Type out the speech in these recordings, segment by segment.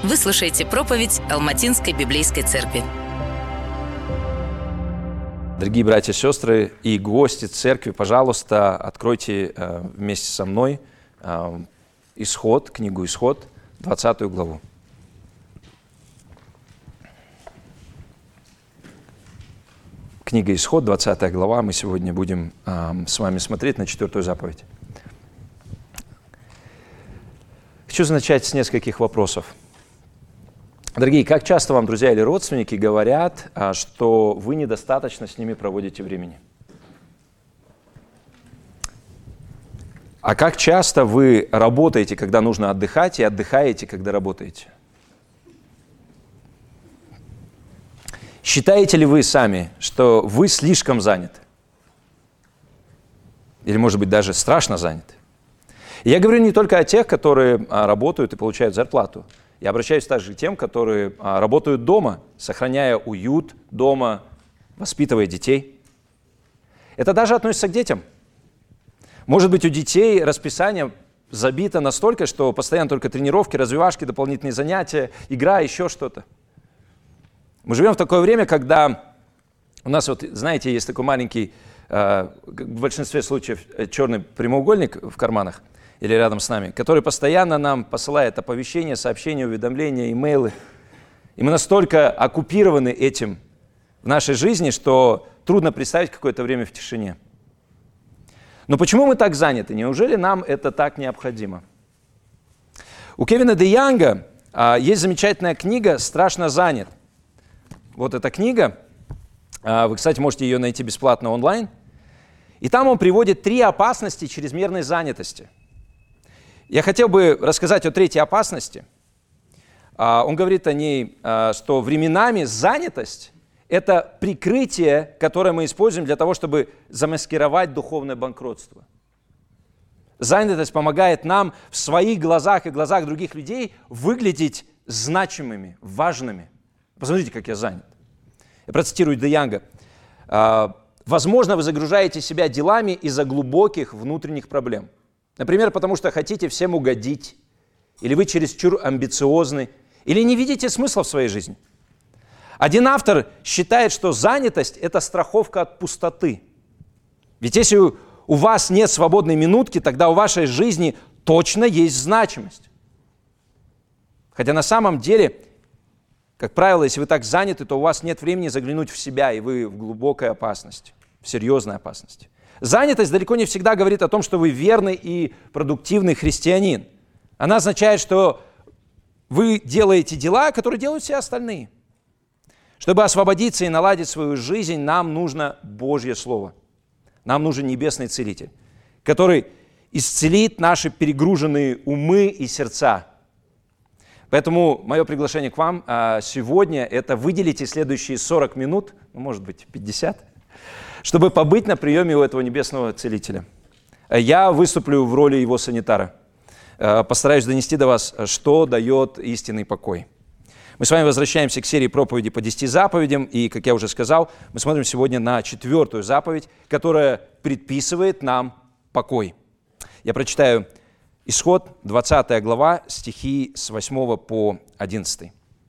Вы слушаете проповедь Алматинской библейской церкви. Дорогие братья и сестры и гости церкви, пожалуйста, откройте вместе со мной Исход, книгу Исход, 20 главу. Книга Исход, 20 глава. Мы сегодня будем с вами смотреть на 4-ю заповедь. Хочу начать с нескольких вопросов. Дорогие, как часто вам друзья или родственники говорят, что вы недостаточно с ними проводите времени? А как часто вы работаете, когда нужно отдыхать, и отдыхаете, когда работаете? Считаете ли вы сами, что вы слишком заняты? Или, может быть, даже страшно заняты? Я говорю не только о тех, которые работают и получают зарплату. Я обращаюсь также к тем, которые работают дома, сохраняя уют дома, воспитывая детей. Это даже относится к детям. Может быть, у детей расписание забито настолько, что постоянно только тренировки, развивашки, дополнительные занятия, игра, еще что-то. Мы живем в такое время, когда у нас, знаете, есть такой маленький, в большинстве случаев, черный прямоугольник в карманах, или рядом с нами, который постоянно нам посылает оповещения, сообщения, уведомления, имейлы. И мы настолько оккупированы этим в нашей жизни, что трудно представить какое-то время в тишине. Но почему мы так заняты? Неужели нам это так необходимо? У Кевина Де Янга есть замечательная книга «Страшно занят». Вот эта книга, вы, кстати, можете ее найти бесплатно онлайн. И там он приводит 3 опасности чрезмерной занятости. Я хотел бы рассказать о 3-й опасности. Он говорит о ней, что временами занятость – это прикрытие, которое мы используем для того, чтобы замаскировать духовное банкротство. Занятость помогает нам в своих глазах и глазах других людей выглядеть значимыми, важными. Посмотрите, как я занят. Я процитирую Де Янга. «Возможно, вы загружаете себя делами из-за глубоких внутренних проблем. Например, потому что хотите всем угодить, или вы чересчур амбициозны, или не видите смысла в своей жизни. Один автор считает, что занятость – это страховка от пустоты. Ведь если у вас нет свободной минутки, тогда у вашей жизни точно есть значимость. Хотя на самом деле, как правило, если вы так заняты, то у вас нет времени заглянуть в себя, и вы в глубокой опасности, в серьезной опасности. Занятость далеко не всегда говорит о том, что вы верный и продуктивный христианин. Она означает, что вы делаете дела, которые делают все остальные. Чтобы освободиться и наладить свою жизнь, нам нужно Божье Слово. Нам нужен небесный целитель, который исцелит наши перегруженные умы и сердца. Поэтому мое приглашение к вам сегодня – это выделите следующие 40 минут, может быть 50, чтобы побыть на приеме у этого небесного целителя. Я выступлю в роли его санитара. Постараюсь донести до вас, что дает истинный покой. Мы с вами возвращаемся к серии проповедей по 10 заповедям. И, как я уже сказал, мы смотрим сегодня на 4-ю заповедь, которая предписывает нам покой. Я прочитаю Исход, 20 глава, стихи с 8 по 11.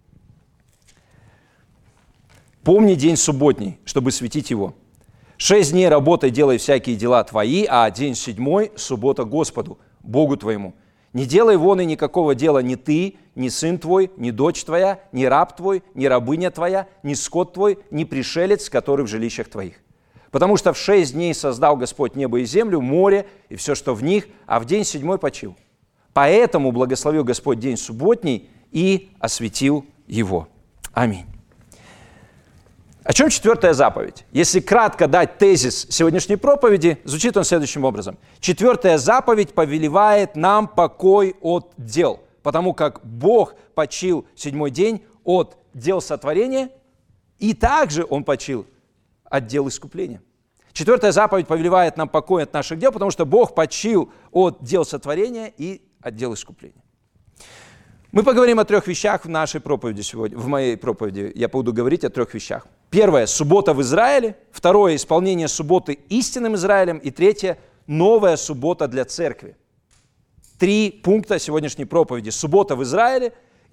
«Помни день субботний, чтобы светить его. 6 дней работай, делай всякие дела твои, а день 7 – суббота Господу, Богу твоему. Не делай вон и никакого дела ни ты, ни сын твой, ни дочь твоя, ни раб твой, ни рабыня твоя, ни скот твой, ни пришелец, который в жилищах твоих. Потому что в 6 дней создал Господь небо и землю, море и все, что в них, а в день 7 почил. Поэтому благословил Господь день субботний и осветил его». Аминь. О чем 4-я заповедь? Если кратко дать тезис сегодняшней проповеди, звучит он следующим образом. 4-я заповедь повелевает нам покой от дел, потому как Бог почил 7-й день от дел сотворения, и также Он почил от дел искупления. 4-я заповедь повелевает нам покой от наших дел, потому что Бог почил от дел сотворения и от дел искупления. Мы поговорим о 3 вещах в нашей проповеди сегодня. В моей проповеди я буду говорить о 3 вещах. Первое – суббота в Израиле. Второе – исполнение субботы истинным Израилем. И третье – новая суббота для церкви. 3 пункта сегодняшней проповеди. Суббота в Израиле,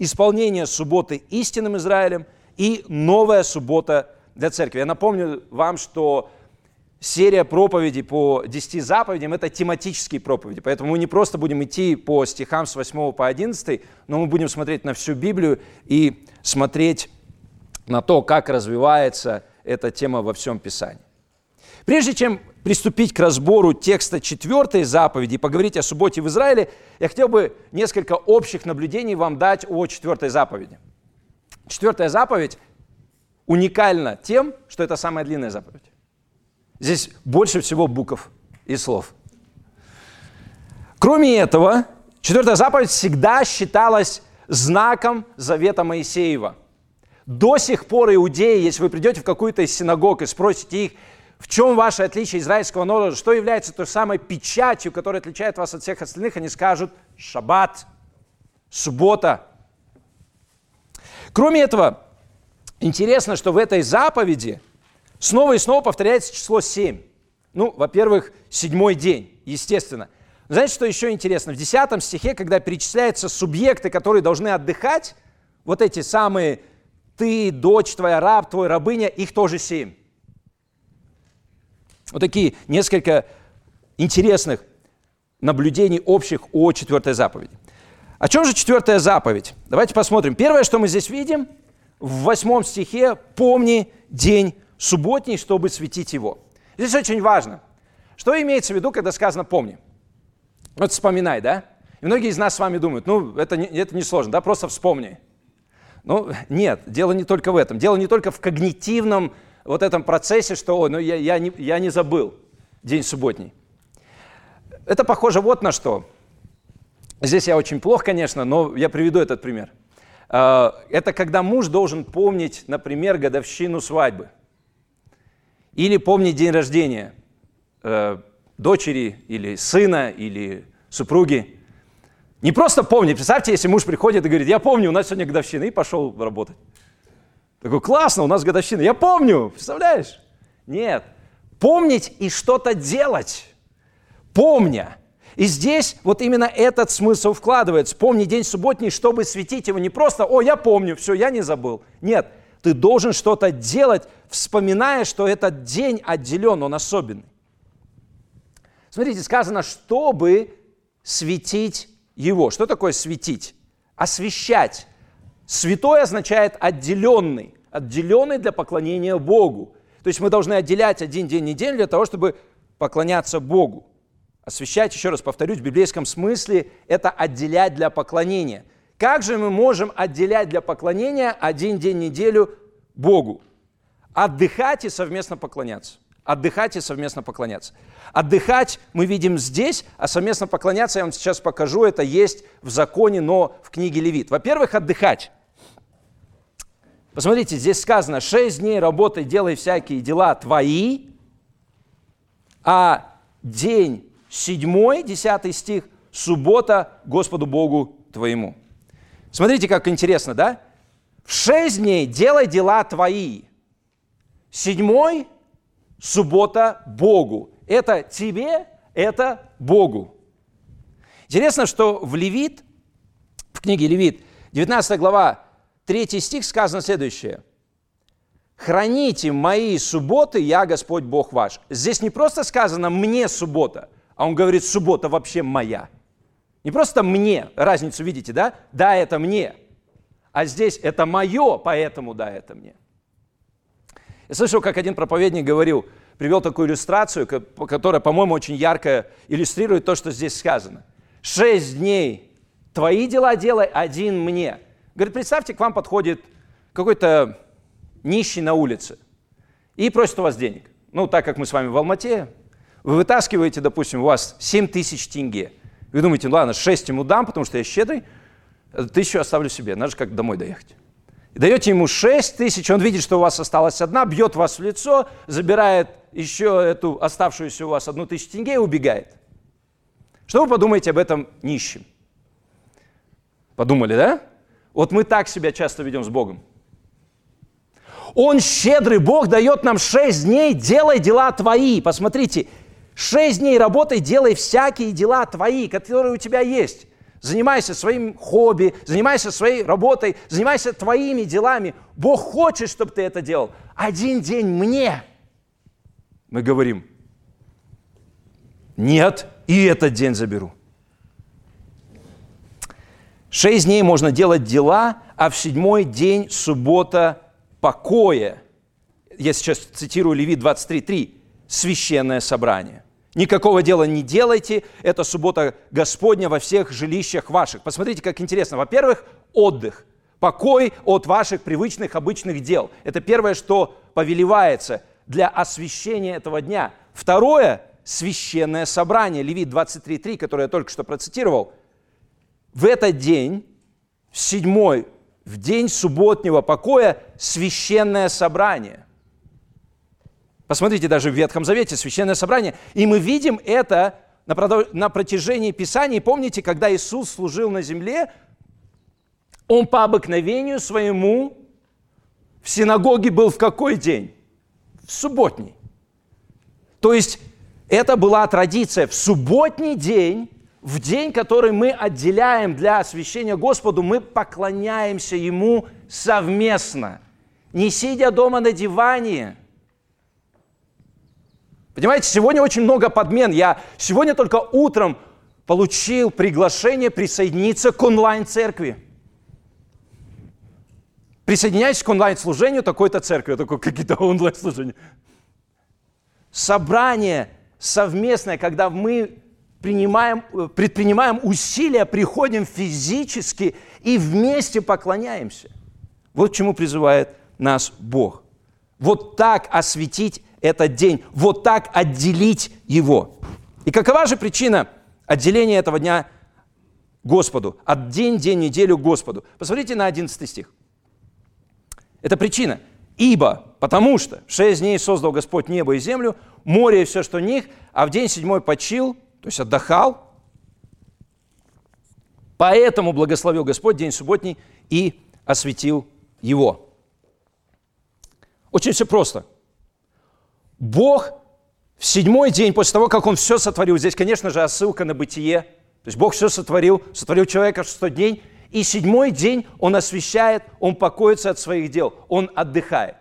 исполнение субботы истинным Израилем и новая суббота для церкви. Я напомню вам, что серия проповедей по 10 заповедям – это тематические проповеди, поэтому мы не просто будем идти по стихам с 8 по 11, но мы будем смотреть на всю Библию и смотреть на то, как развивается эта тема во всем Писании. Прежде чем приступить к разбору текста 4 заповеди и поговорить о субботе в Израиле, я хотел бы несколько общих наблюдений вам дать о 4 заповеди. 4 заповедь уникальна тем, что это самая длинная заповедь. Здесь больше всего букв и слов. Кроме этого, 4 заповедь всегда считалась знаком завета Моисеева. До сих пор иудеи, если вы придете в какую-то из синагог и спросите их, в чем ваше отличие израильского народа, что является той самой печатью, которая отличает вас от всех остальных, они скажут шаббат, суббота. Кроме этого, интересно, что в этой заповеди снова и снова повторяется число 7. Во-первых, 7-й день, естественно. Но знаете, что еще интересно? В 10 стихе, когда перечисляются субъекты, которые должны отдыхать, вот эти самые ты, дочь твоя, раб твой, рабыня, их тоже 7. Вот такие несколько интересных наблюдений общих о 4 заповеди. О чем же 4 заповедь? Давайте посмотрим. Первое, что мы здесь видим, в 8 стихе «Помни день субботний, чтобы светить его». Здесь очень важно. Что имеется в виду, когда сказано «помни»? Вот вспоминай, да? И многие из нас с вами думают, это не сложно, да, просто вспомни. Нет, дело не только в этом. Дело не только в когнитивном вот этом процессе, что я не забыл день субботний. Это похоже вот на что. Здесь я очень плох, конечно, но я приведу этот пример. Это когда муж должен помнить, например, годовщину свадьбы. Или помнить день рождения дочери, или сына, или супруги. Не просто помнить. Представьте, если муж приходит и говорит, я помню, у нас сегодня годовщина, и пошел работать. Такой, классно, у нас годовщина. Я помню, представляешь? Нет. Помнить и что-то делать. Помня. И здесь вот именно этот смысл вкладывается. Помни день субботний, чтобы светить его. Не просто, я помню, все, я не забыл. Нет, ты должен что-то делать, вспоминая, что этот день отделен, он особенный. Смотрите, сказано, чтобы светить его. Что такое светить? Освещать. Святой означает отделенный. Отделенный для поклонения Богу. То есть мы должны отделять один день недели для того, чтобы поклоняться Богу. Освещать, еще раз повторюсь, в библейском смысле это отделять для поклонения. Как же мы можем отделять для поклонения один день неделю Богу? Отдыхать и совместно поклоняться. Отдыхать и совместно поклоняться. Отдыхать мы видим здесь, а совместно поклоняться, я вам сейчас покажу, это есть в законе, но в книге Левит. Во-первых, отдыхать. Посмотрите, здесь сказано, 6 дней работай, делай всякие дела твои, а день 7, 10 стих, суббота Господу Богу твоему. Смотрите, как интересно, да? В 6 дней делай дела твои. 7 суббота Богу. Это тебе, это Богу. Интересно, что в Левит, в книге Левит, 19 глава, 3 стих сказано следующее. «Храните мои субботы, я Господь Бог ваш». Здесь не просто сказано «мне суббота», а он говорит «суббота вообще моя». Не просто «мне», разницу видите, да? «Да, это мне». А здесь «это мое, поэтому да, это мне». Я слышал, как один проповедник говорил, привел такую иллюстрацию, которая, по-моему, очень ярко иллюстрирует то, что здесь сказано. 6 дней твои дела делай, 1 мне. Говорит, представьте, к вам подходит какой-то нищий на улице и просит у вас денег. Так как мы с вами в Алмате, вы вытаскиваете, допустим, у вас 7 тысяч тенге. Вы думаете, ладно, 6 ему дам, потому что я щедрый, 1000 оставлю себе, надо же как домой доехать. И даете ему 6 тысяч, он видит, что у вас осталась 1, бьет вас в лицо, забирает еще эту оставшуюся у вас 1000 тенге и убегает. Что вы подумаете об этом нищем? Подумали, да? Вот мы так себя часто ведем с Богом. Он щедрый, Бог дает нам 6 дней, делай дела твои. Посмотрите, 6 дней работай, делай всякие дела твои, которые у тебя есть. занимайся своим хобби, занимайся своей работой, занимайся твоими делами. Бог хочет, чтобы ты это делал. Один день мне. Мы говорим, нет, и этот день заберу. 6 дней можно делать дела, а в 7-й день суббота покоя. Я сейчас цитирую Левит 23:3. Священное собрание. Никакого дела не делайте, это суббота Господня во всех жилищах ваших. Посмотрите, как интересно. Во-первых, отдых, покой от ваших привычных, обычных дел. Это первое, что повелевается для освящения этого дня. Второе, священное собрание. Левит 23:3, которое я только что процитировал. В этот день, в 7-й, в день субботнего покоя, священное собрание. Посмотрите, даже в Ветхом Завете священное собрание. И мы видим это на протяжении Писаний. Помните, когда Иисус служил на земле, Он по обыкновению своему в синагоге был в какой день? В субботний. То есть это была традиция. В субботний день, в день, который мы отделяем для освящения Господу, мы поклоняемся Ему совместно, не сидя дома на диване. Понимаете, сегодня очень много подмен. Я сегодня только утром получил приглашение присоединиться к онлайн-церкви. Присоединяйтесь к онлайн-служению такой-то церкви. Я такой, какие-то онлайн-служения. Собрание совместное, когда мы предпринимаем усилия, приходим физически и вместе поклоняемся. Вот к чему призывает нас Бог. Вот так осветить этот день, вот так отделить его. И какова же причина отделения этого дня Господу? От день, неделю Господу. Посмотрите на 11 стих. Это причина. «Ибо, потому что в 6 дней создал Господь небо и землю, море и все, что в них, а в день 7 почил», то есть отдыхал. «Поэтому благословил Господь день субботний и осветил его». Очень все просто. Бог в 7-й день, после того, как Он все сотворил, здесь, конечно же, отсылка на Бытие, то есть Бог все сотворил человека в 6 дней, и 7-й день Он освящает, Он покоится от своих дел, Он отдыхает.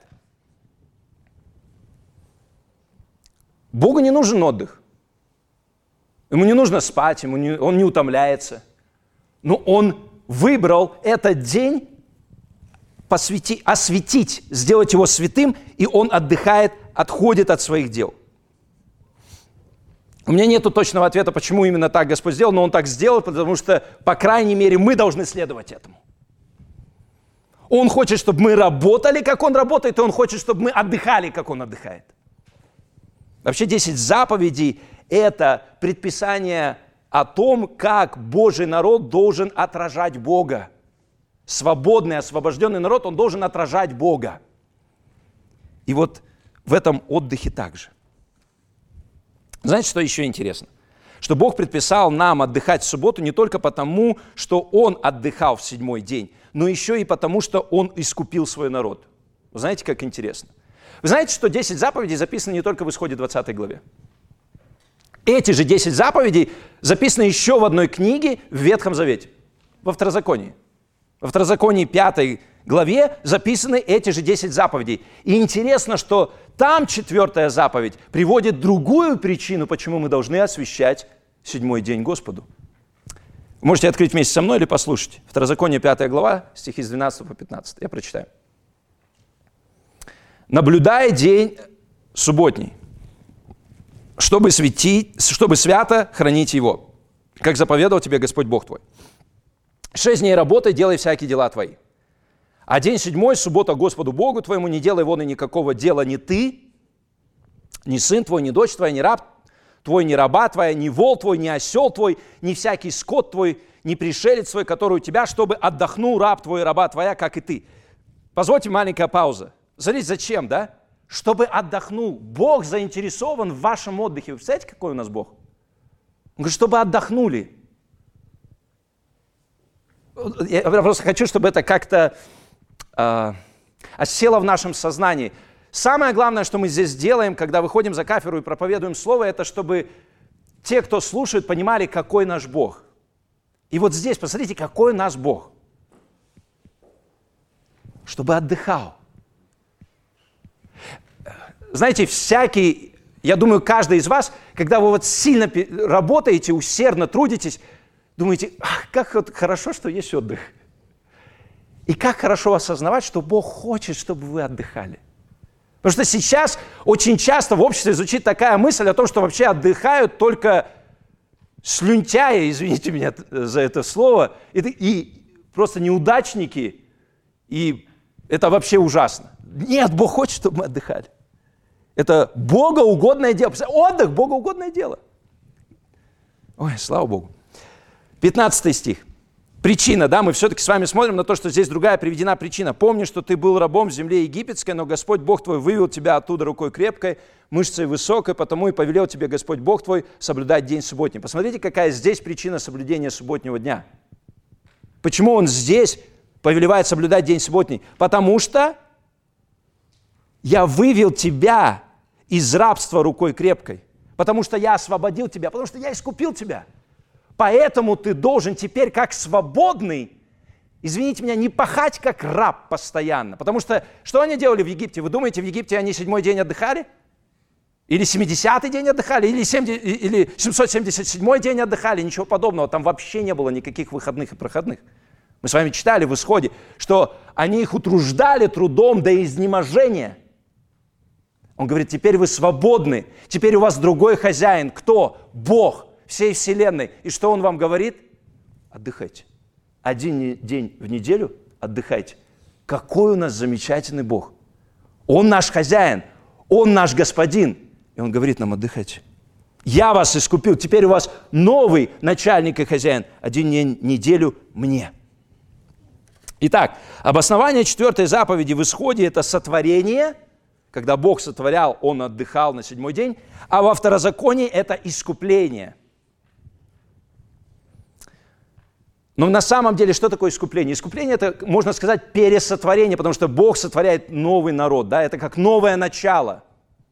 Богу не нужен отдых. Ему не нужно спать, Он не утомляется. Но Он выбрал этот день осветить, сделать его святым, и Он отдыхает, отходит от своих дел. У меня нет точного ответа, почему именно так Господь сделал, но Он так сделал, потому что, по крайней мере, мы должны следовать этому. Он хочет, чтобы мы работали, как Он работает, и Он хочет, чтобы мы отдыхали, как Он отдыхает. Вообще 10 заповедей – это предписание о том, как Божий народ должен отражать Бога. Свободный, освобожденный народ, он должен отражать Бога. И вот в этом отдыхе также. Знаете, что еще интересно? Что Бог предписал нам отдыхать в субботу не только потому, что Он отдыхал в 7-й день, но еще и потому, что Он искупил свой народ. Вы знаете, как интересно? Вы знаете, что 10 заповедей записаны не только в Исходе 20 главе. Эти же 10 заповедей записаны еще в одной книге в Ветхом Завете, во Второзаконии. Во Второзаконии 5 главе записаны эти же 10 заповедей. И интересно, что там 4-я заповедь приводит другую причину, почему мы должны освящать 7-й день Господу. Вы можете открыть вместе со мной или послушать. Второзаконие 5 глава, стихи с 12 по 15. Я прочитаю. «Наблюдая день субботний, чтобы свято хранить его, как заповедовал тебе Господь Бог твой. 6 дней работай, делай всякие дела твои. А день 7, суббота Господу Богу твоему, не делай вон и никакого дела ни ты, ни сын твой, ни дочь твоя, ни раб твой, ни раба твоя, ни вол твой, ни осел твой, ни всякий скот твой, ни пришелец твой, который у тебя, чтобы отдохнул раб твой и раба твоя, как и ты». Позвольте маленькая пауза. Смотрите, зачем, да? Чтобы отдохнул. Бог заинтересован в вашем отдыхе. Вы представляете, какой у нас Бог? Он говорит, чтобы отдохнули. Я просто хочу, чтобы это как-то осело в нашем сознании. Самое главное, что мы здесь делаем, когда выходим за кафедру и проповедуем Слово, это чтобы те, кто слушает, понимали, какой наш Бог. И вот здесь, посмотрите, какой у нас Бог. Чтобы отдыхал. Знаете, я думаю, каждый из вас, когда вы вот сильно работаете, усердно трудитесь, думаете, как вот хорошо, что есть отдых. И как хорошо осознавать, что Бог хочет, чтобы вы отдыхали. Потому что сейчас очень часто в обществе звучит такая мысль о том, что вообще отдыхают только слюнтяи, извините меня за это слово, и просто неудачники, и это вообще ужасно. Нет, Бог хочет, чтобы мы отдыхали. Это богоугодное дело. Отдых – богоугодное дело. Ой, слава Богу. 15 стих. Причина, да, мы все-таки с вами смотрим на то, что здесь другая приведена причина. «Помни, что ты был рабом в земле египетской, но Господь Бог твой вывел тебя оттуда рукой крепкой, мышцей высокой, потому и повелел тебе Господь Бог твой соблюдать день субботний». Посмотрите, какая здесь причина соблюдения субботнего дня. Почему он здесь повелевает соблюдать день субботний? Потому что я вывел тебя из рабства рукой крепкой, потому что я освободил тебя, потому что я искупил тебя. Поэтому ты должен теперь как свободный, извините меня, не пахать как раб постоянно. Потому что они делали в Египте? Вы думаете, в Египте они 7-й день отдыхали? Или 70-й день отдыхали? Или 777-й день отдыхали? Ничего подобного. Там вообще не было никаких выходных и проходных. Мы с вами читали в Исходе, что они их утруждали трудом до изнеможения. Он говорит, теперь вы свободны, теперь у вас другой хозяин. Кто? Бог всей вселенной. И что он вам говорит? Отдыхайте. 1 день в неделю отдыхайте. Какой у нас замечательный Бог. Он наш хозяин, Он наш господин. И Он говорит нам, отдыхайте. Я вас искупил, теперь у вас новый начальник и хозяин. 1 день в неделю мне. Итак, обоснование 4 заповеди в Исходе – это сотворение. Когда Бог сотворял, Он отдыхал на 7-й день. А во Второзаконии это искупление. Но на самом деле, что такое искупление? Искупление – это, можно сказать, пересотворение, потому что Бог сотворяет новый народ. Да? Это как новое начало.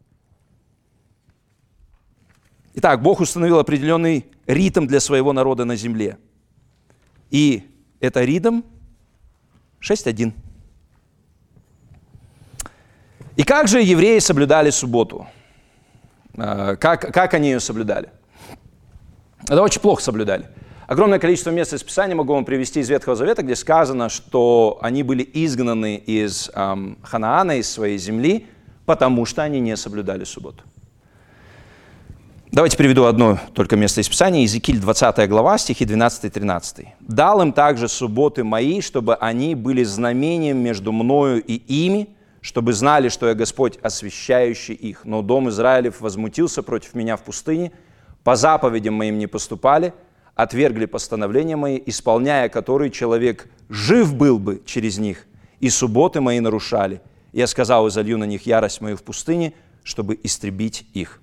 Итак, Бог установил определенный ритм для своего народа на земле. И это ритм 6.1. И как же евреи соблюдали субботу? Как они ее соблюдали? Это очень плохо соблюдали. Огромное количество мест из Писания могу вам привести из Ветхого Завета, где сказано, что они были изгнаны из Ханаана, из своей земли, потому что они не соблюдали субботу. Давайте приведу одно только место из Писания. Иезекииль, 20 глава, стихи 12-13. «Дал им также субботы мои, чтобы они были знамением между мною и ими, чтобы знали, что я Господь, освящающий их. Но дом Израилев возмутился против меня в пустыне, по заповедям моим не поступали, отвергли постановления мои, исполняя которые человек жив был бы через них, и субботы мои нарушали. Я сказал, изолью на них ярость мою в пустыне, чтобы истребить их».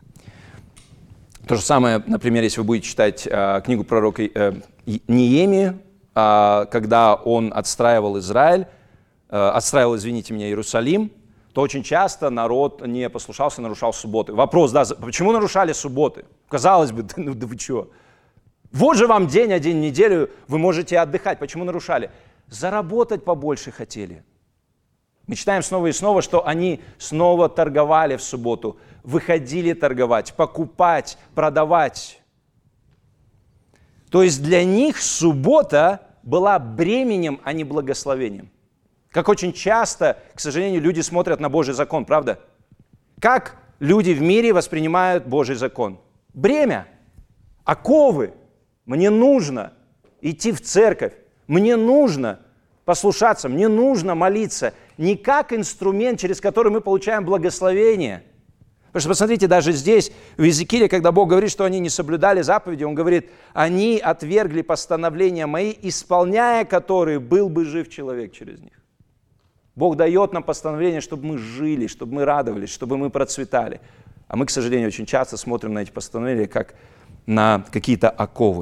То же самое, например, если вы будете читать книгу пророка Неемии, когда он отстраивал Израиль, Иерусалим, то очень часто народ не послушался, нарушал субботы. Вопрос, да, почему нарушали субботы? Казалось бы, да вы чего? Вот же вам день, 1 в неделю, вы можете отдыхать. Почему нарушали? Заработать побольше хотели. Мы читаем снова и снова, что они снова торговали в субботу, выходили торговать, покупать, продавать. То есть для них суббота была бременем, а не благословением. Как очень часто, к сожалению, люди смотрят на Божий закон, правда? Как люди в мире воспринимают Божий закон? Бремя, оковы. Мне нужно идти в церковь, мне нужно послушаться, мне нужно молиться. Не как инструмент, через который мы получаем благословение. Потому что, посмотрите, даже здесь, в Иезекииле, когда Бог говорит, что они не соблюдали заповеди, Он говорит, они отвергли постановления мои, исполняя которые был бы жив человек через них. Бог дает нам постановление, чтобы мы жили, чтобы мы радовались, чтобы мы процветали. А мы, к сожалению, очень часто смотрим на эти постановления как на какие-то оковы.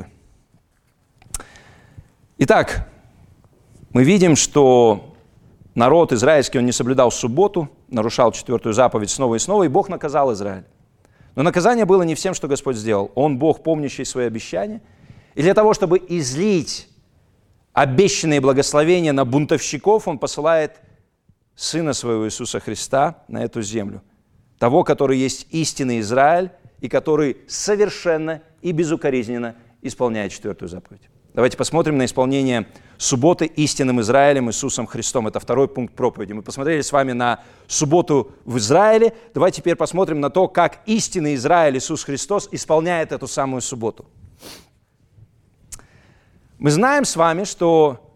Итак, мы видим, что народ израильский, он не соблюдал субботу, нарушал 4-ю заповедь снова и снова, и Бог наказал Израиль. Но наказание было не всем, что Господь сделал. Он Бог, помнящий свои обещания. И для того, чтобы излить обещанные благословения на бунтовщиков, Он посылает Сына Своего Иисуса Христа на эту землю. Того, который есть истинный Израиль и который совершенно и безукоризненно исполняет 4-ю заповедь. Давайте посмотрим на исполнение субботы истинным Израилем Иисусом Христом. Это 2-й пункт проповеди. Мы посмотрели с вами на субботу в Израиле. Давайте теперь посмотрим на то, как истинный Израиль Иисус Христос исполняет эту самую субботу. Мы знаем с вами, что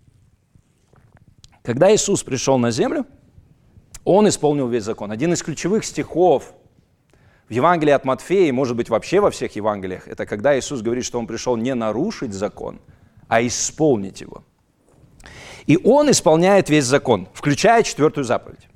когда Иисус пришел на землю, Он исполнил весь закон. Один из ключевых стихов в Евангелии от Матфея, может быть, вообще во всех Евангелиях, это когда Иисус говорит, что Он пришел не нарушить закон, а исполнить его. И Он исполняет весь закон, включая 4-ю заповедь.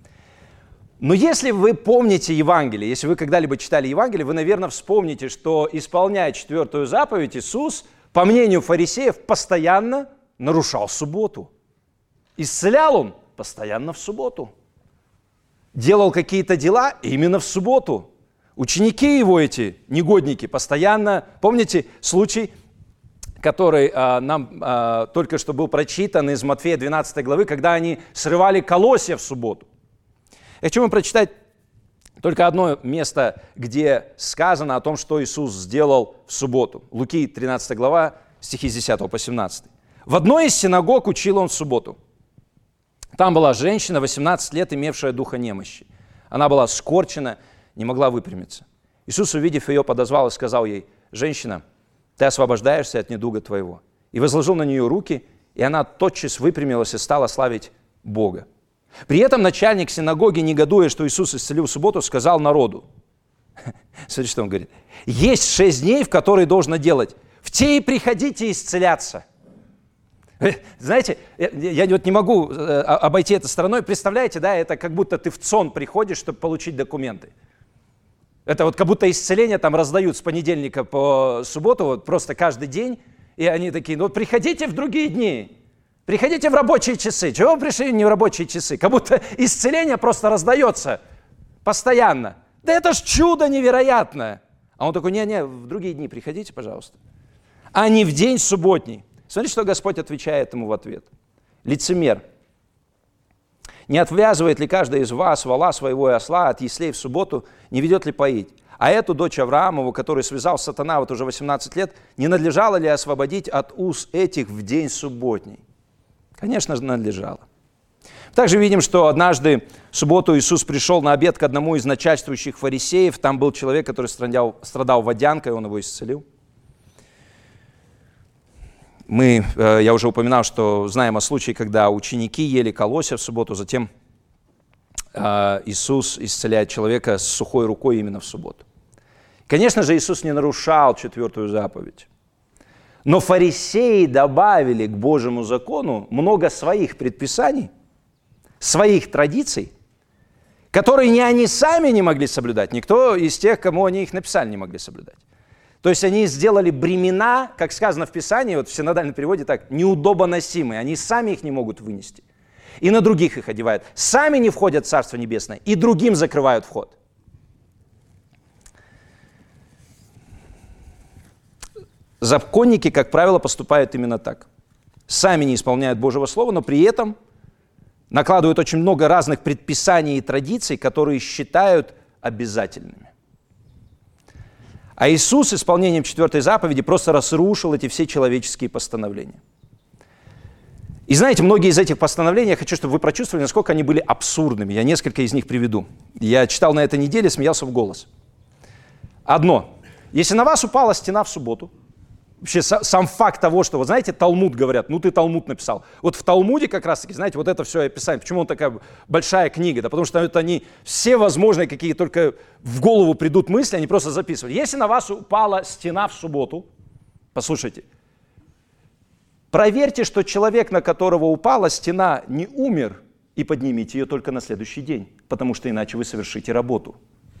Но если вы помните Евангелие, если вы когда-либо читали Евангелие, вы, наверное, вспомните, что, исполняя 4-ю заповедь, Иисус, по мнению фарисеев, постоянно нарушал субботу. Исцелял Он постоянно в субботу. Делал какие-то дела именно в субботу. Ученики Его, эти негодники, постоянно... Помните случай, который нам только что был прочитан из Матфея 12 главы, когда они срывали колосья в субботу? Я хочу вам прочитать только одно место, где сказано о том, что Иисус сделал в субботу. Луки 13 глава, стихи с 10 по 17. «В одной из синагог учил Он в субботу. Там была женщина, 18 лет, имевшая духа немощи. Она была скорчена, не могла выпрямиться. Иисус, увидев ее, подозвал и сказал ей: «Женщина, ты освобождаешься от недуга твоего». И возложил на нее руки, и она тотчас выпрямилась и стала славить Бога. При этом начальник синагоги, негодуя, что Иисус исцелил в субботу, сказал народу, смотрите, что он говорит: «Есть 6 дней, в которые должно делать. В те и приходите исцеляться». Знаете, я вот не могу обойти это стороной. Представляете, да, это как будто ты в ЦОН приходишь, чтобы получить документы. Это вот как будто исцеления там раздают с понедельника по субботу, вот просто каждый день. И они такие: ну вот приходите в другие дни, приходите в рабочие часы. Чего вы пришли не в рабочие часы? Как будто исцеление просто раздается постоянно. Да это ж чудо невероятное. А он такой: не-не, в другие дни приходите, пожалуйста. А не в день субботний. Смотрите, что Господь отвечает ему в ответ. Лицемер. Не отвязывает ли каждый из вас вола своего и осла от яслей в субботу, не ведет ли поить? А эту дочь Авраамову, которую связал сатана вот уже 18 лет, не надлежало ли освободить от уз этих в день субботний? Конечно же, надлежало. Также видим, что однажды в субботу Иисус пришел на обед к одному из начальствующих фарисеев. Там был человек, который страдал водянкой, он его исцелил. Я уже упоминал, что знаем о случае, когда ученики ели колосья в субботу, затем Иисус исцеляет человека с сухой рукой именно в субботу. Конечно же, Иисус не нарушал 4-ю заповедь, но фарисеи добавили к Божьему закону много своих предписаний, своих традиций, которые ни они сами не могли соблюдать, никто из тех, кому они их написали, не могли соблюдать. То есть они сделали бремена, как сказано в Писании, вот в синодальном переводе так, неудобоносимые. Они сами их не могут вынести. И на других их одевают. Сами не входят в Царство Небесное, и другим закрывают вход. Законники, как правило, поступают именно так. Сами не исполняют Божьего Слова, но при этом накладывают очень много разных предписаний и традиций, которые считают обязательными. А Иисус исполнением 4-й заповеди просто разрушил эти все человеческие постановления. И знаете, многие из этих постановлений, я хочу, чтобы вы прочувствовали, насколько они были абсурдными. Я несколько из них приведу. Я читал на этой неделе, смеялся в голос. Одно. Если на вас упала стена в субботу, вообще сам факт того, что, вот знаете, Талмуд говорят, ну ты Талмуд написал. Вот в Талмуде как раз-таки, знаете, вот это все описание. Почему он такая большая книга? Да потому что это они все возможные, какие только в голову придут мысли, они просто записывали. Если на вас упала стена в субботу, послушайте, проверьте, что человек, на которого упала стена, не умер, и поднимите ее только на следующий день, потому что иначе вы совершите работу.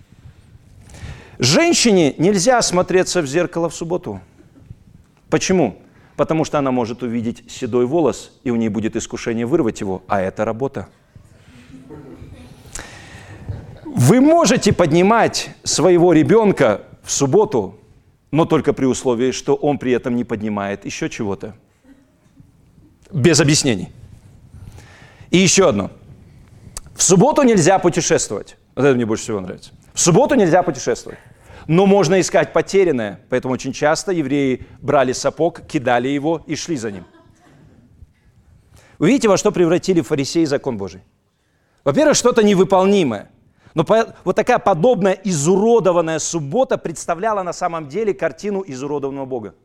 Женщине нельзя смотреться в зеркало в субботу. Почему? Потому что она может увидеть седой волос, и у нее будет искушение вырвать его, а это работа. Вы можете поднимать своего ребенка в субботу, но только при условии, что он при этом не поднимает еще чего-то. Без объяснений. И еще одно. В субботу нельзя путешествовать. Вот это мне больше всего нравится. В субботу нельзя путешествовать. Но можно искать потерянное. Поэтому очень часто евреи брали сапог, кидали его и шли за ним. Вы видите, во что превратили фарисеи закон Божий? Во-первых, что-то невыполнимое. Но вот такая подобная изуродованная суббота представляла на самом деле картину изуродованного Бога.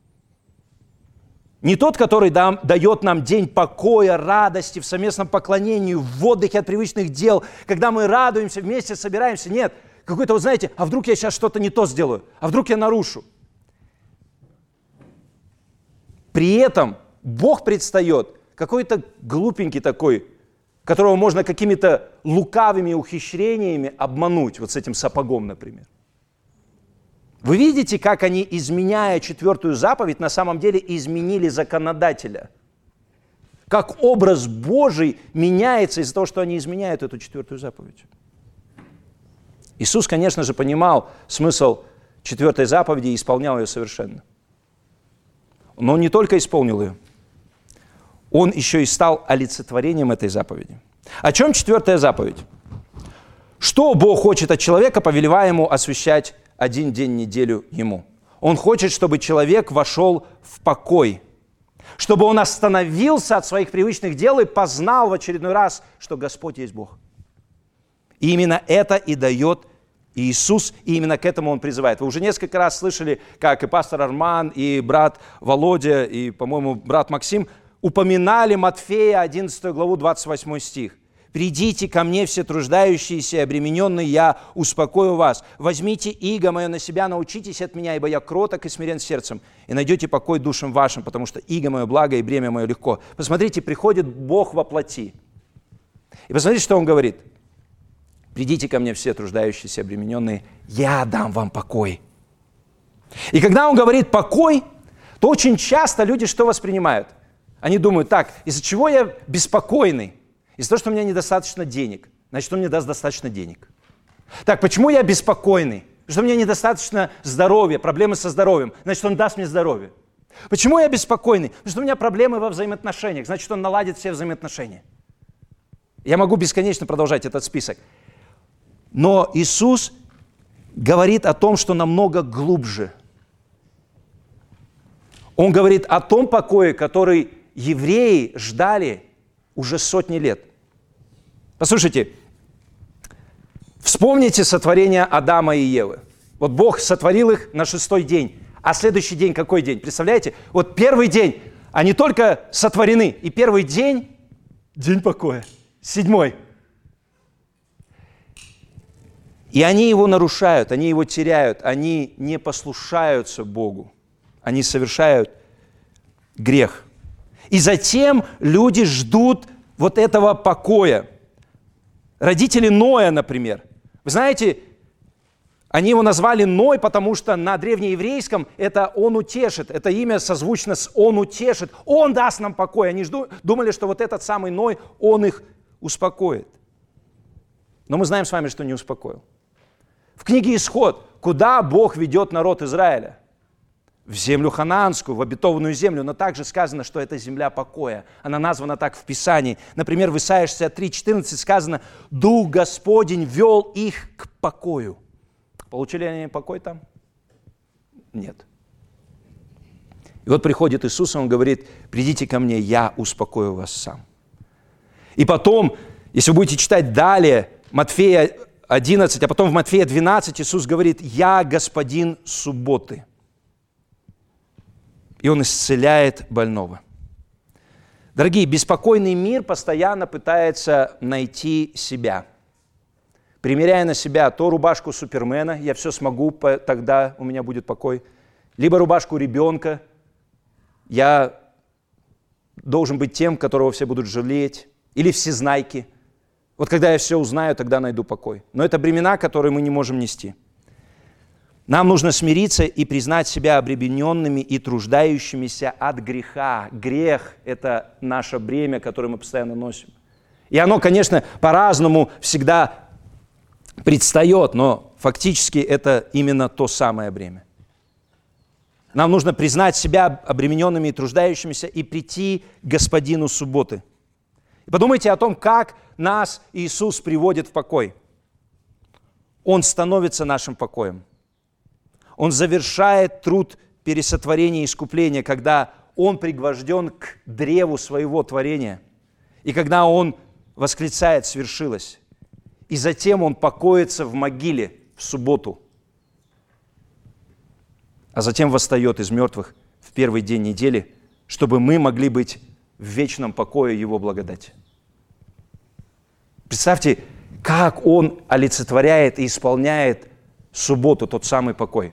Не тот, который дает нам день покоя, радости, в совместном поклонении, в отдыхе от привычных дел, когда мы радуемся, вместе собираемся. Нет, какой-то, вот знаете, а вдруг я сейчас что-то не то сделаю, а вдруг я нарушу. При этом Бог предстает какой-то глупенький такой, которого можно какими-то лукавыми ухищрениями обмануть, вот с этим сапогом, например. Вы видите, как они, изменяя 4 заповедь, на самом деле изменили законодателя? Как образ Божий меняется из-за того, что они изменяют эту 4 заповедь? Иисус, конечно же, понимал смысл 4 заповеди и исполнял ее совершенно. Но он не только исполнил ее, он еще и стал олицетворением этой заповеди. О чем 4 заповедь? Что Бог хочет от человека, повелевая ему освящать один день в неделю ему? Он хочет, чтобы человек вошел в покой, чтобы он остановился от своих привычных дел и познал в очередной раз, что Господь есть Бог. И именно это и дает Иисус, и именно к этому Он призывает. Вы уже несколько раз слышали, как и пастор Арман, и брат Володя, и, по-моему, брат Максим упоминали Матфея 11 главу 28 стих. «Придите ко мне, все труждающиеся и обремененные, я успокою вас. Возьмите иго мое на себя, научитесь от меня, ибо я кроток и смирен сердцем, и найдете покой душам вашим, потому что иго мое благо и бремя мое легко». Посмотрите, приходит Бог во плоти. И посмотрите, что Он говорит. «Придите ко мне, все труждающиеся и обремененные, я дам вам покой». И когда Он говорит «покой», то очень часто люди что воспринимают? Они думают, так, из-за чего я беспокойный? Из-за того, что у меня недостаточно денег. Значит, Он мне даст достаточно денег. Так, почему я беспокойный? Потому что у меня недостаточно здоровья, проблемы со здоровьем. Значит, Он даст мне здоровье. Почему я беспокойный? Потому что у меня проблемы во взаимоотношениях. Значит, Он наладит все взаимоотношения. Я могу бесконечно продолжать этот список. Но Иисус говорит о том, что намного глубже. Он говорит о том покое, который евреи ждали уже сотни лет. Послушайте, вспомните сотворение Адама и Евы. Вот Бог сотворил их на 6-й день. А следующий день какой день? Представляете? Вот первый день, они только сотворены. И первый день – день покоя. 7-й. И они его нарушают, они его теряют, они не послушаются Богу. Они совершают грех. И затем люди ждут вот этого покоя. Родители Ноя, например. Вы знаете, они его назвали Ной, потому что на древнееврейском это «он утешит». Это имя созвучно с «он утешит». Он даст нам покой. Они думали, что вот этот самый Ной, он их успокоит. Но мы знаем с вами, что не успокоил. В книге «Исход», куда Бог ведет народ Израиля? В землю ханаанскую, в обетованную землю, но также сказано, что это земля покоя. Она названа так в Писании. Например, в Исайя 63:14 сказано: «Дух Господень вел их к покою». Получили они покой там? Нет. И вот приходит Иисус, и Он говорит: «Придите ко мне, я успокою вас сам». И потом, если вы будете читать далее, Матфея 11, а потом в Матфея 12 Иисус говорит: «Я Господин субботы». И Он исцеляет больного. Дорогие, беспокойный мир постоянно пытается найти себя. Примеряя на себя то рубашку Супермена, я все смогу, тогда у меня будет покой, либо рубашку ребенка, я должен быть тем, которого все будут жалеть, или всезнайки. Вот когда я все узнаю, тогда найду покой. Но это бремена, которые мы не можем нести. Нам нужно смириться и признать себя обремененными и труждающимися от греха. Грех – это наше бремя, которое мы постоянно носим. И оно, конечно, по-разному всегда предстает, но фактически это именно то самое бремя. Нам нужно признать себя обремененными и труждающимися и прийти к Господину субботы. И подумайте о том, как нас Иисус приводит в покой. Он становится нашим покоем. Он завершает труд пересотворения и искупления, когда Он пригвожден к древу своего творения. И когда Он восклицает «свершилось». И затем Он покоится в могиле в субботу. А затем восстает из мертвых в первый день недели, чтобы мы могли быть в вечном покое Его благодати. Представьте, как Он олицетворяет и исполняет субботу, тот самый покой.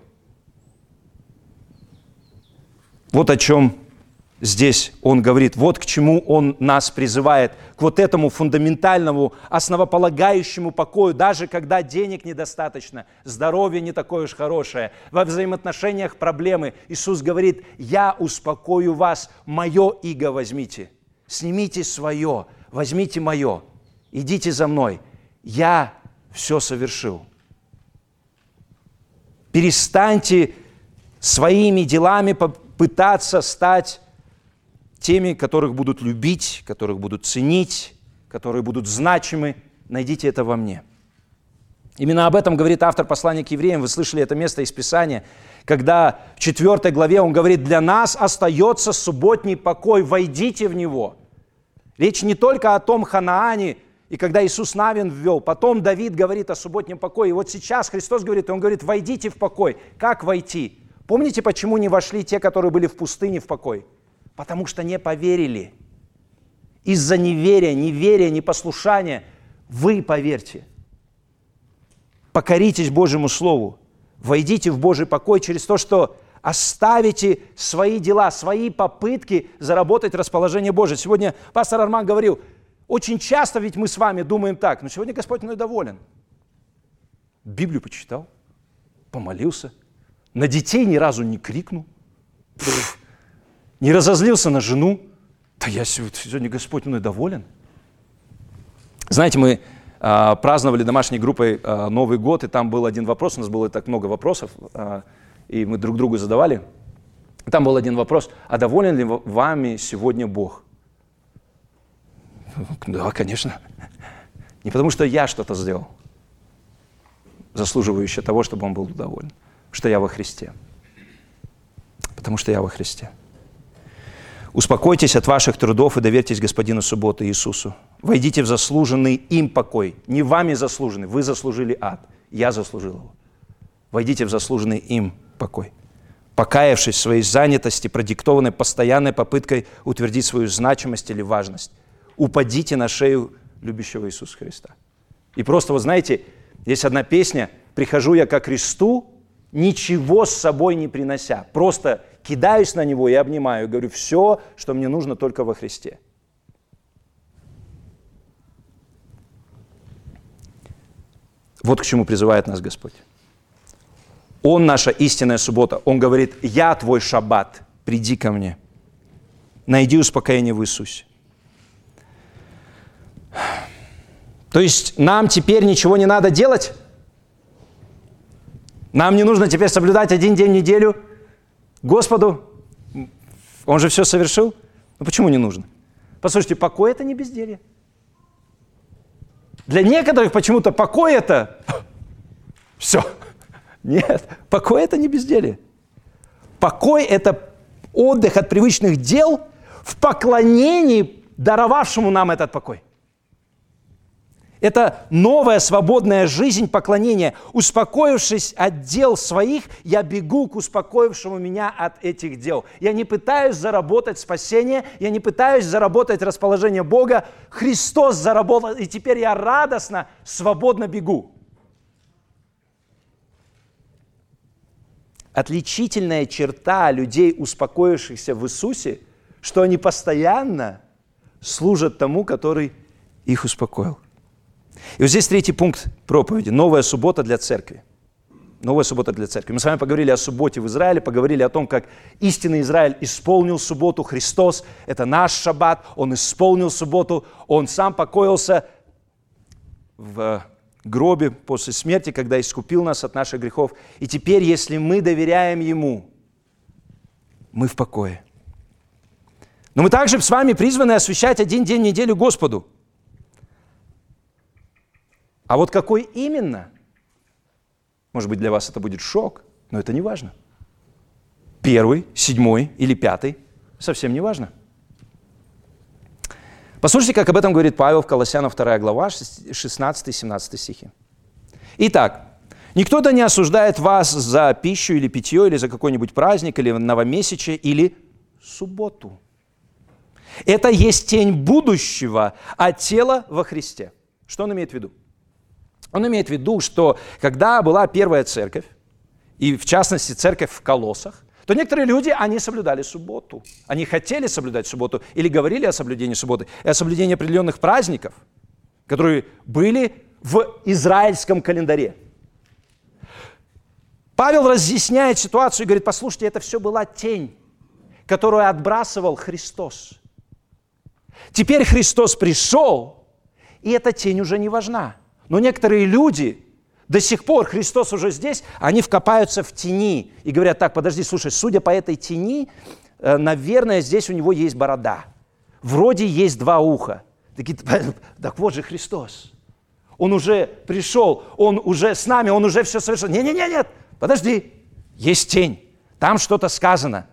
Вот о чем здесь Он говорит, вот к чему Он нас призывает, к вот этому фундаментальному, основополагающему покою, даже когда денег недостаточно, здоровье не такое уж хорошее, во взаимоотношениях проблемы. Иисус говорит: «Я успокою вас, мое иго возьмите, снимите свое, возьмите мое, идите за мной, я все совершил». Перестаньте своими делами пытаться стать теми, которых будут любить, которых будут ценить, которые будут значимы. Найдите это во мне. Именно об этом говорит автор послания к евреям. Вы слышали это место из Писания, когда в 4 главе он говорит: «Для нас остается субботний покой, войдите в него». Речь не только о том Ханаане, и когда Иисус Навин ввел, потом Давид говорит о субботнем покое. И вот сейчас Христос говорит, Он говорит: «Войдите в покой». Как войти? Помните, почему не вошли те, которые были в пустыне, в покой? Потому что не поверили. Из-за неверия, непослушания вы поверьте. Покоритесь Божьему Слову. Войдите в Божий покой через то, что оставите свои дела, свои попытки заработать расположение Божие. Сегодня пастор Арман говорил, очень часто ведь мы с вами думаем так: но сегодня Господь мной доволен. Библию почитал, помолился, на детей ни разу не крикнул, не разозлился на жену. Да я сегодня Господь мной доволен. Знаете, мы праздновали домашней группой Новый год, и там был один вопрос, у нас было так много вопросов, и мы друг другу задавали. Там был один вопрос: а доволен ли вами сегодня Бог? Да, конечно. Не потому что я что-то сделал, заслуживающее того, чтобы Он был доволен. Что я во Христе. Потому что я во Христе. Успокойтесь от ваших трудов и доверьтесь Господину субботы Иисусу. Войдите в заслуженный им покой. Не вами заслуженный, вы заслужили ад. Я заслужил его. Войдите в заслуженный им покой. Покаявшись в своей занятости, продиктованной постоянной попыткой утвердить свою значимость или важность, упадите на шею любящего Иисуса Христа. И просто, вы знаете, есть одна песня: «Прихожу я ко кресту, ничего с собой не принося, просто кидаюсь на Него и обнимаю, и говорю: все, что мне нужно, только во Христе». Вот к чему призывает нас Господь. Он наша истинная суббота. Он говорит: «Я твой шаббат, приди ко мне, найди успокоение в Иисусе». То есть нам теперь ничего не надо делать? Нам не нужно теперь соблюдать один день в неделю Господу? Он же все совершил? Ну почему не нужно? Послушайте, покой – это не безделье. Для некоторых почему-то покой – это все. Нет, покой – это не безделье. Покой – это отдых от привычных дел в поклонении даровавшему нам этот покой. Это новая свободная жизнь поклонения. Успокоившись от дел своих, я бегу к успокоившему меня от этих дел. Я не пытаюсь заработать спасение, я не пытаюсь заработать расположение Бога. Христос заработал, и теперь я радостно, свободно бегу. Отличительная черта людей, успокоившихся в Иисусе, что они постоянно служат тому, который их успокоил. И вот здесь третий пункт проповеди. Новая суббота для церкви. Новая суббота для церкви. Мы с вами поговорили о субботе в Израиле, поговорили о том, как истинный Израиль исполнил субботу. Христос – это наш шаббат. Он исполнил субботу. Он сам покоился в гробе после смерти, когда искупил нас от наших грехов. И теперь, если мы доверяем Ему, мы в покое. Но мы также с вами призваны освящать один день в неделю Господу. А вот какой именно? Может быть, для вас это будет шок, но это не важно. 1, 7 или 5 совсем не важно. Послушайте, как об этом говорит Павел в Колоссянам 2 глава, 16-17 стихи. Итак, никто да не осуждает вас за пищу или питье, или за какой-нибудь праздник, или новомесячие, или субботу. Это есть тень будущего, а тело во Христе. Что он имеет в виду? Он имеет в виду, что когда была первая церковь, и в частности церковь в Колоссах, то некоторые люди, они соблюдали субботу. Они хотели соблюдать субботу или говорили о соблюдении субботы, и о соблюдении определенных праздников, которые были в израильском календаре. Павел разъясняет ситуацию и говорит, послушайте, это все была тень, которую отбрасывал Христос. Теперь Христос пришел, и эта тень уже не важна. Но некоторые люди, до сих пор Христос уже здесь, они вкопаются в тени и говорят, так, подожди, слушай, судя по этой тени, наверное, здесь у него есть борода. Вроде есть 2 уха. Такие, так вот же Христос. Он уже пришел, он уже с нами, он уже все совершил. Нет, подожди, есть тень, там что-то сказано.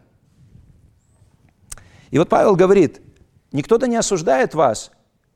И вот Павел говорит, никто да не осуждает вас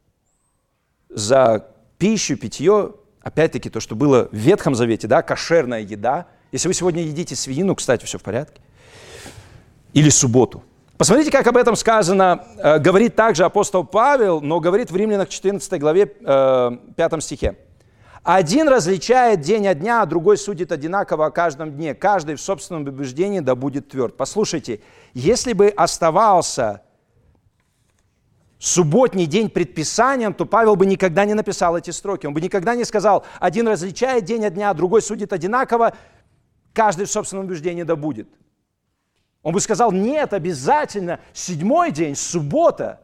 за пищу, питье, опять-таки то, что было в Ветхом Завете, да, кошерная еда. Если вы сегодня едите свинину, кстати, все в порядке. Или субботу. Посмотрите, как об этом сказано, говорит также апостол Павел, но говорит в Римлянах 14 главе 5 стихе. Один различает день от дня, а другой судит одинаково о каждом дне. Каждый в собственном убеждении да будет тверд. Послушайте, если бы оставался субботний день предписанием, то Павел бы никогда не написал эти строки. Он бы никогда не сказал, один различает день от дня, а другой судит одинаково, каждый в собственном убеждении да будет. Он бы сказал, нет, обязательно 7-й день, суббота.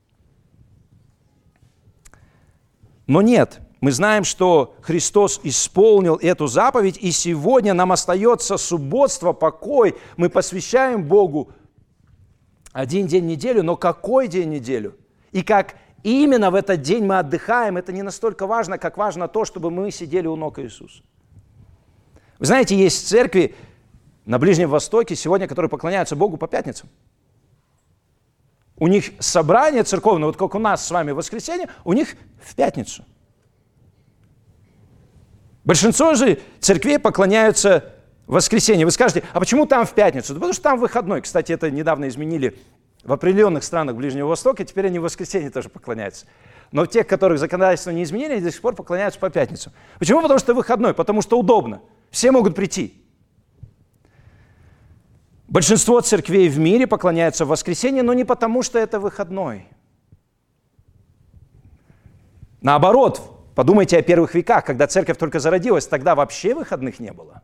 Но нет, мы знаем, что Христос исполнил эту заповедь, и сегодня нам остается субботство, покой. Мы посвящаем Богу один день в неделю, но какой день в неделю? И как именно в этот день мы отдыхаем, это не настолько важно, как важно то, чтобы мы сидели у ног Иисуса. Вы знаете, есть церкви на Ближнем Востоке сегодня, которые поклоняются Богу по пятницам. У них собрание церковное, вот как у нас с вами в воскресенье, у них в пятницу. Большинство же церквей поклоняются в воскресенье. Вы скажете, а почему там в пятницу? Да потому что там выходной. Кстати, это недавно изменили в определенных странах Ближнего Востока, теперь они в воскресенье тоже поклоняются. Но в тех, которых законодательство не изменили, они до сих пор поклоняются по пятницам. Почему? Потому что выходной, потому что удобно. Все могут прийти. Большинство церквей в мире поклоняются в воскресенье, но не потому, что это выходной. Наоборот, подумайте о первых веках, когда церковь только зародилась, тогда вообще выходных не было.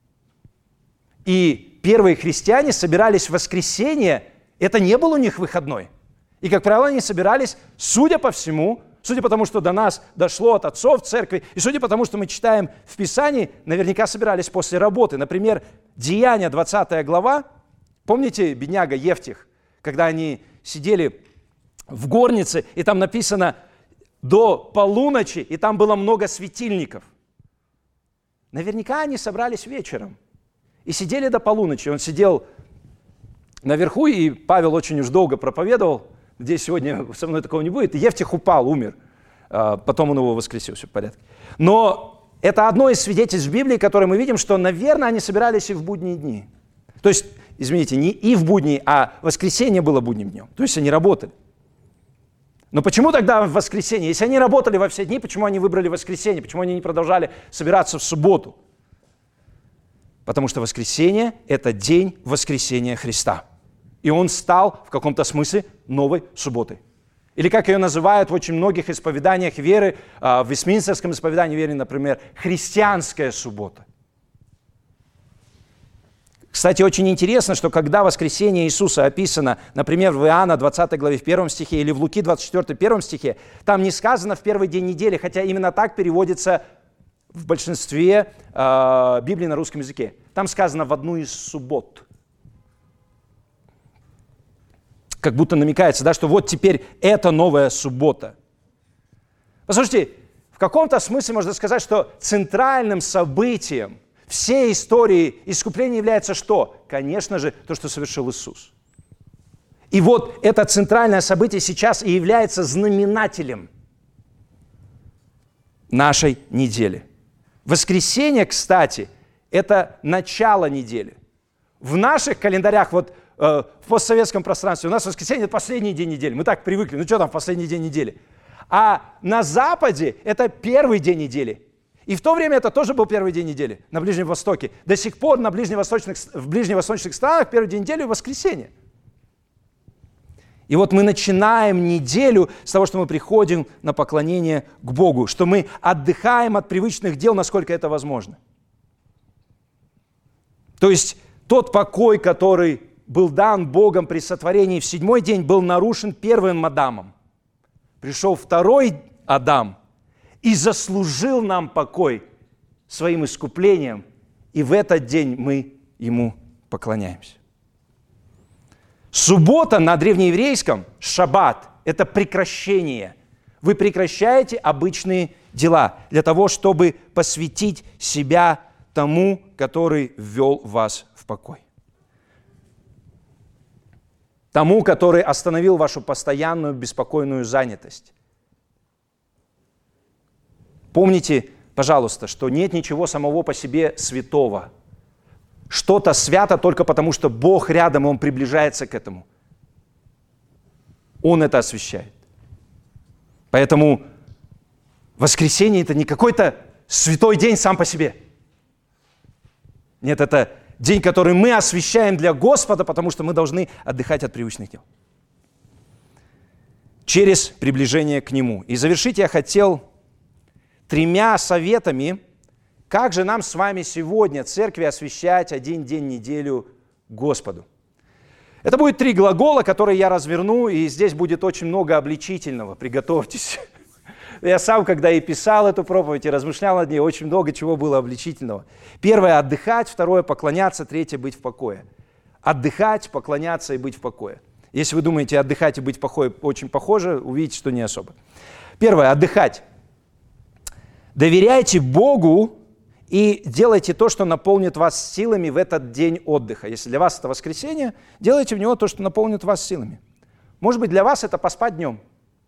И первые христиане собирались в воскресенье, это не был у них выходной. И, как правило, они собирались, судя по всему, судя по тому, что до нас дошло от отцов церкви, и судя по тому, что мы читаем в Писании, наверняка собирались после работы. Например, Деяния, 20 глава. Помните бедняга Евтих, когда они сидели в горнице, и там написано до полуночи, и там было много светильников. Наверняка они собрались вечером и сидели до полуночи. Он сидел наверху, и Павел очень уж долго проповедовал. Здесь сегодня со мной такого не будет. И Евтих упал, умер. Потом он его воскресил, все в порядке. Но это одно из свидетельств в Библии, которое мы видим, что, наверное, они собирались и в будние дни. То есть, извините, не и в будни, а воскресенье было будним днем. То есть они работали. Но почему тогда в воскресенье? Если они работали во все дни, почему они выбрали воскресенье? Почему они не продолжали собираться в субботу? Потому что воскресенье – это день воскресения Христа. И он стал в каком-то смысле новой субботой. Или, как ее называют в очень многих исповеданиях веры, в Вестминстерском исповедании веры, например, христианская суббота. Кстати, очень интересно, что когда воскресение Иисуса описано, например, в Иоанна 20 главе в 1 стихе или в Луки 24 1 стихе, там не сказано в первый день недели, хотя именно так переводится в большинстве Библии на русском языке. Там сказано в одну из суббот. как будто намекается, да, что вот теперь это новая суббота. Послушайте, в каком-то смысле можно сказать, что центральным событием всей истории искупления является что? Конечно же, то, что совершил Иисус. И вот это центральное событие сейчас и является знаменателем нашей недели. Воскресенье, кстати, это начало недели. В наших календарях, вот в постсоветском пространстве, у нас воскресенье – это последний день недели. Мы так привыкли, ну что там последний день недели? А на Западе это первый день недели. И в то время это тоже был первый день недели на Ближнем Востоке. До сих пор в ближневосточных странах первый день недели – воскресенье. И вот мы начинаем неделю с того, что мы приходим на поклонение к Богу, что мы отдыхаем от привычных дел, насколько это возможно. То есть тот покой, который был дан Богом при сотворении в 7-й день, был нарушен первым Адамом. Пришел второй Адам и заслужил нам покой своим искуплением, и в этот день мы ему поклоняемся. Суббота на древнееврейском, шаббат, это прекращение. Вы прекращаете обычные дела для того, чтобы посвятить себя тому, который ввел вас в покой. Тому, который остановил вашу постоянную беспокойную занятость. Помните, пожалуйста, что нет ничего самого по себе святого. Что-то свято только потому, что Бог рядом, и Он приближается к этому. Он это освящает. Поэтому воскресенье – это не какой-то святой день сам по себе. Нет, это день, который мы освящаем для Господа, потому что мы должны отдыхать от привычных дел. Через приближение к Нему. И завершить я хотел 3 советами, как же нам с вами сегодня, церкви, освящать один день в неделю Господу. Это будет 3 глагола, которые я разверну, и здесь будет очень много обличительного. Приготовьтесь. Я сам, когда и писал эту проповедь, и размышлял над ней, очень много чего было обличительного. 1 – отдыхать, 2 – поклоняться, 3 – быть в покое. Отдыхать, поклоняться и быть в покое. Если вы думаете, отдыхать и быть в покое очень похоже, увидите, что не особо. 1 – отдыхать. Доверяйте Богу и делайте то, что наполнит вас силами в этот день отдыха. Если для вас это воскресенье, делайте в него то, что наполнит вас силами. Может быть, для вас это поспать днем.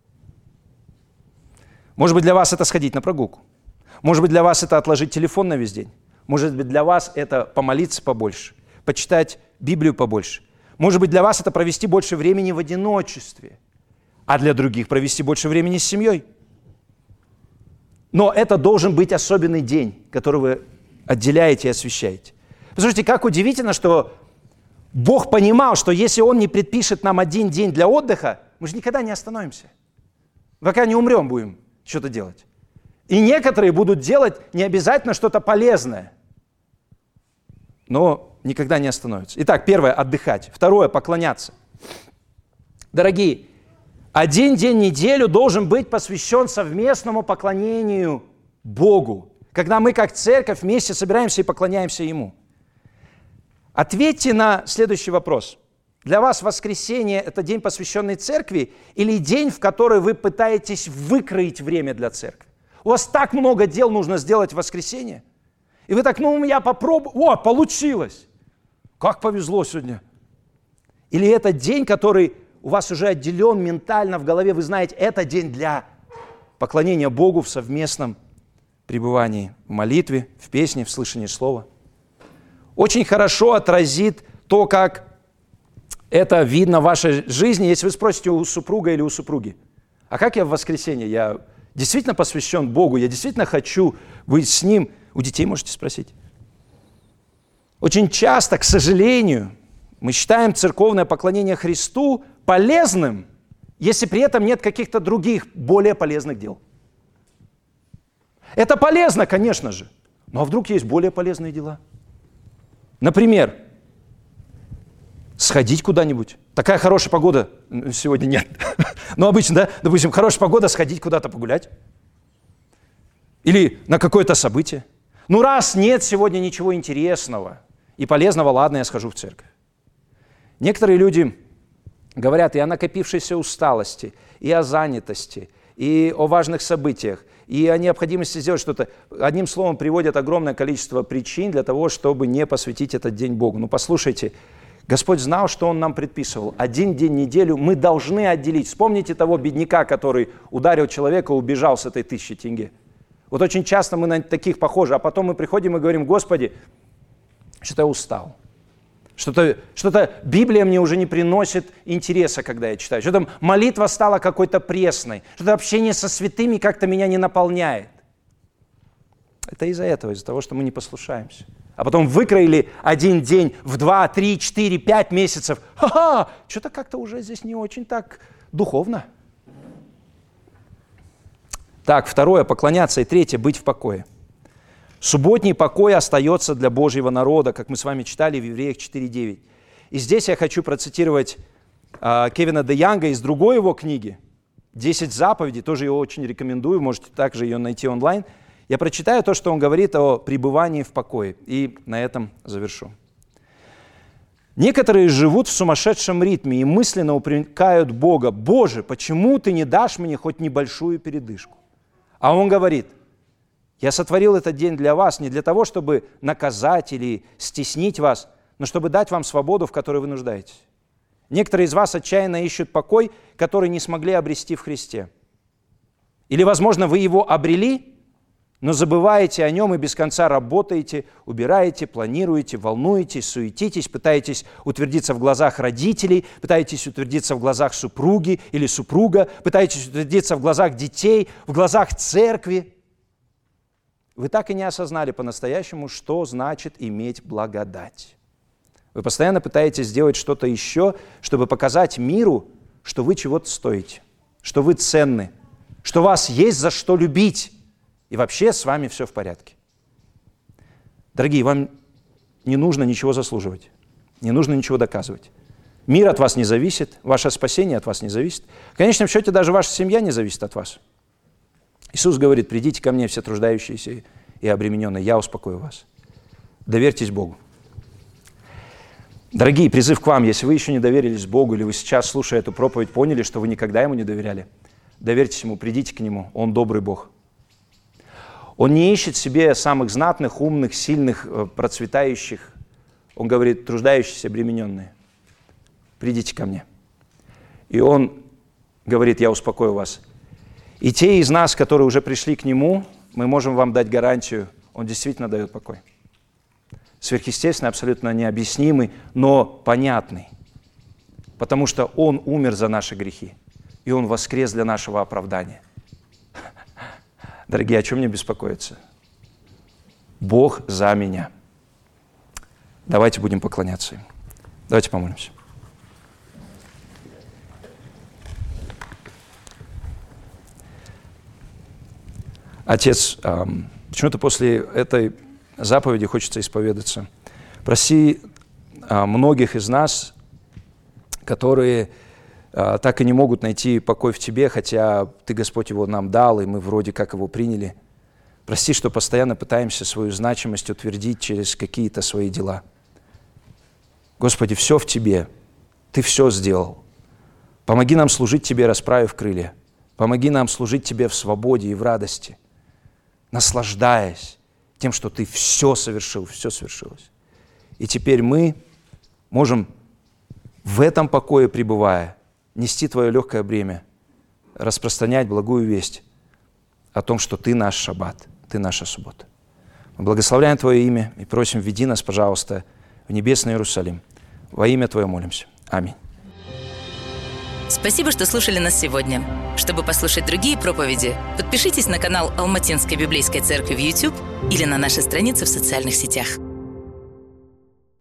Может быть, для вас это сходить на прогулку. Может быть, для вас это отложить телефон на весь день. Может быть, для вас это помолиться побольше, почитать Библию побольше. Может быть, для вас это провести больше времени в одиночестве, а для других провести больше времени с семьей. Но это должен быть особенный день, который вы отделяете и освящаете. Послушайте, как удивительно, что Бог понимал, что если Он не предпишет нам один день для отдыха, мы же никогда не остановимся. Пока не умрем, будем что-то делать. И некоторые будут делать не обязательно что-то полезное, но никогда не остановятся. Итак, 1 – отдыхать. 2 – поклоняться. Дорогие, один день в неделю должен быть посвящен совместному поклонению Богу, когда мы как церковь вместе собираемся и поклоняемся Ему. Ответьте на следующий вопрос. Для вас воскресенье – это день, посвященный церкви, или день, в который вы пытаетесь выкроить время для церкви? У вас так много дел нужно сделать в воскресенье, и вы так, я попробую, получилось. Как повезло сегодня. Или это день, который у вас уже отделен ментально в голове, вы знаете, это день для поклонения Богу в совместном пребывании, в молитве, в песне, в слышании слова. Очень хорошо отразит то, как это видно в вашей жизни, если вы спросите у супруга или у супруги, а как я в воскресенье? Я действительно посвящен Богу, я действительно хочу быть с Ним. У детей можете спросить. Очень часто, к сожалению, мы считаем церковное поклонение Христу полезным, если при этом нет каких-то других, более полезных дел. Это полезно, конечно же, но вдруг есть более полезные дела? Например, сходить куда-нибудь. Такая хорошая погода, сегодня нет. Но обычно, да, допустим, хорошая погода, сходить куда-то погулять. Или на какое-то событие. Раз нет сегодня ничего интересного и полезного, ладно, я схожу в церковь. Некоторые люди говорят и о накопившейся усталости, и о занятости, и о важных событиях, и о необходимости сделать что-то. Одним словом, приводят огромное количество причин для того, чтобы не посвятить этот день Богу. Ну, послушайте, Господь знал, что Он нам предписывал. Один день в неделю мы должны отделить. Вспомните того бедняка, который ударил человека и убежал с этой 1000 тенге. Вот очень часто мы на таких похожи, а потом мы приходим и говорим: Господи, что-то я устал. Что-то Библия мне уже не приносит интереса, когда я читаю. Что-то молитва стала какой-то пресной. Что-то общение со святыми как-то меня не наполняет. Это из-за этого, из-за того, что мы не послушаемся. А потом выкроили один день в 2, 3, 4, 5 месяцев. Ха-ха! Что-то как-то уже здесь не очень так духовно. Так, второе — поклоняться, и третье — быть в покое. Субботний покой остается для Божьего народа, как мы с вами читали в Евреях 4:9. И здесь я хочу процитировать Кевина Де Янга из другой его книги «10 заповедей», тоже ее очень рекомендую, можете также ее найти онлайн. Я прочитаю то, что он говорит о пребывании в покое, и на этом завершу. Некоторые живут в сумасшедшем ритме и мысленно упрекают Бога: «Боже, почему ты не дашь мне хоть небольшую передышку?» А он говорит: «Я сотворил этот день для вас не для того, чтобы наказать или стеснить вас, но чтобы дать вам свободу, в которой вы нуждаетесь. Некоторые из вас отчаянно ищут покой, который не смогли обрести в Христе. Или, возможно, вы его обрели, но забываете о нем и без конца работаете, убираете, планируете, волнуетесь, суетитесь, пытаетесь утвердиться в глазах родителей, пытаетесь утвердиться в глазах супруги или супруга, пытаетесь утвердиться в глазах детей, в глазах церкви. Вы так и не осознали по-настоящему, что значит иметь благодать. Вы постоянно пытаетесь сделать что-то еще, чтобы показать миру, что вы чего-то стоите, что вы ценны, что вас есть за что любить, и вообще с вами все в порядке. Дорогие, вам не нужно ничего заслуживать, не нужно ничего доказывать. Мир от вас не зависит, ваше спасение от вас не зависит. В конечном счете, даже ваша семья не зависит от вас. Иисус говорит: «Придите ко мне, все труждающиеся и обремененные, я успокою вас». Доверьтесь Богу. Дорогие, призыв к вам: если вы еще не доверились Богу, или вы сейчас, слушая эту проповедь, поняли, что вы никогда Ему не доверяли, доверьтесь Ему, придите к Нему, Он добрый Бог. Он не ищет себе самых знатных, умных, сильных, процветающих. Он говорит: труждающиеся, обремененные, придите ко мне. И Он говорит: я успокою вас. И те из нас, которые уже пришли к Нему, мы можем вам дать гарантию, Он действительно дает покой. Сверхъестественный, абсолютно необъяснимый, но понятный. Потому что Он умер за наши грехи, и Он воскрес для нашего оправдания. Дорогие, о чем мне беспокоиться? Бог за меня. Давайте будем поклоняться Ему. Давайте помолимся. Отец, почему-то после этой заповеди хочется исповедаться. Прости многих из нас, которые так и не могут найти покой в Тебе, хотя Ты, Господь, его нам дал, и мы вроде как его приняли. Прости, что постоянно пытаемся свою значимость утвердить через какие-то свои дела. Господи, все в Тебе. Ты все сделал. Помоги нам служить Тебе, расправив крылья. Помоги нам служить Тебе в свободе и в радости, наслаждаясь тем, что Ты все совершил, все свершилось. И теперь мы можем в этом покое пребывая нести Твое легкое бремя, распространять благую весть о том, что Ты наш шаббат, Ты наша суббота. Мы благословляем Твое имя и просим: веди нас, пожалуйста, в небесный Иерусалим. Во имя Твое молимся. Аминь. Спасибо, что слушали нас сегодня. Чтобы послушать другие проповеди, подпишитесь на канал Алматинской библейской церкви в YouTube или на наши страницы в социальных сетях.